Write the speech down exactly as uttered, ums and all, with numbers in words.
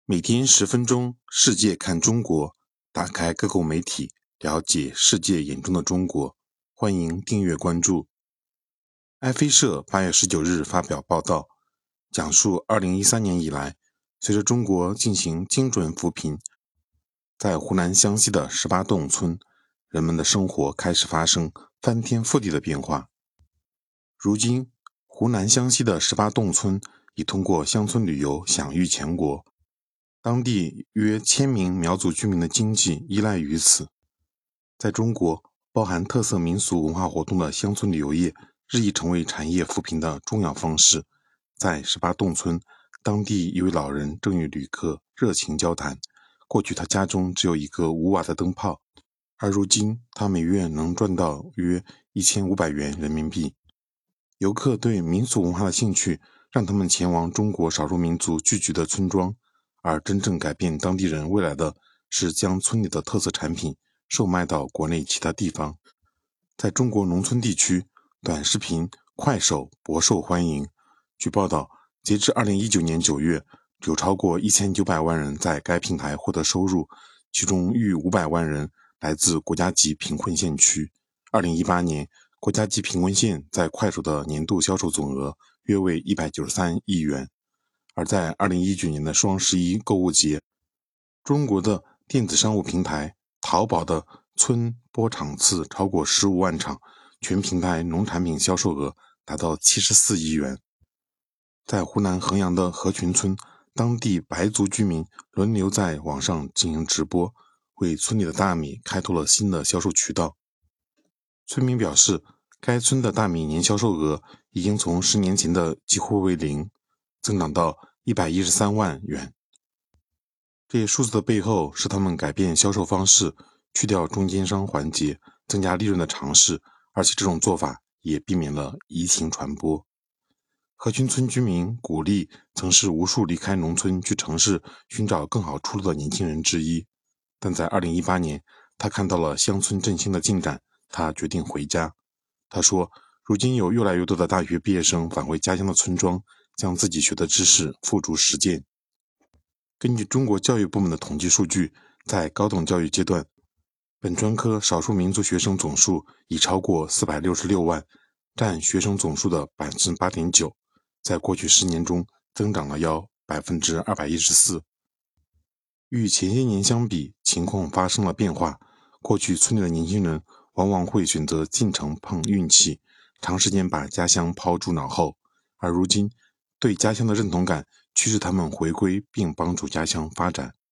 每天十分钟，世界看中国，打开各国媒体，了解世界眼中的中国。欢迎订阅关注。埃菲社八月十九日发表报道，讲述二零一三年以来，随着中国进行精准扶贫，在湖南湘西的十八洞村，人们的生活开始发生翻天覆地的变化。如今，湖南湘西的十八洞村已通过乡村旅游享誉全国。当地约千名苗族居民的经济依赖于此。在中国，包含特色民俗文化活动的乡村旅游业日益成为产业扶贫的重要方式。在十八洞村，当地一位老人正与旅客热情交谈。过去他家中只有一个五瓦的灯泡，而如今他每月能赚到约一千五百元人民币。游客对民俗文化的兴趣让他们前往中国少数民族聚居的村庄。而真正改变当地人未来的是将村里的特色产品售卖到国内其他地方。在中国农村地区，短视频、快手颇受欢迎。据报道，截至二零一九年九月，有超过一千九百万人在该平台获得收入，其中逾五百万人来自国家级贫困县区。二零一八年，国家级贫困县在快手的年度销售总额约为一百九十三亿元。而在二零一九年的双十一购物节，中国的电子商务平台淘宝的村播场次超过十五万场，全平台农产品销售额达到七十四亿元。在湖南衡阳的合群村，当地白族居民轮流在网上进行直播，为村里的大米开拓了新的销售渠道。村民表示，该村的大米年销售额已经从十年前的几乎为零增长到一百一十三万元。这些数字的背后是他们改变销售方式，去掉中间商环节，增加利润的尝试，而且这种做法也避免了疫情传播。合群村居民鼓励曾是无数离开农村去城市寻找更好出路的年轻人之一，但在二零一八年，他看到了乡村振兴的进展，他决定回家。他说，如今有越来越多的大学毕业生返回家乡的村庄，将自己学的知识付诸实践。根据中国教育部门的统计数据，在高等教育阶段，本专科少数民族学生总数已超过四百六十六万，占学生总数的 百分之八点九， 在过去十年中增长了要 百分之二百一十四。与前些年相比，情况发生了变化。过去村里的年轻人往往会选择进城碰运气，长时间把家乡抛诸脑后，而如今对家乡的认同感驱使他们回归并帮助家乡发展。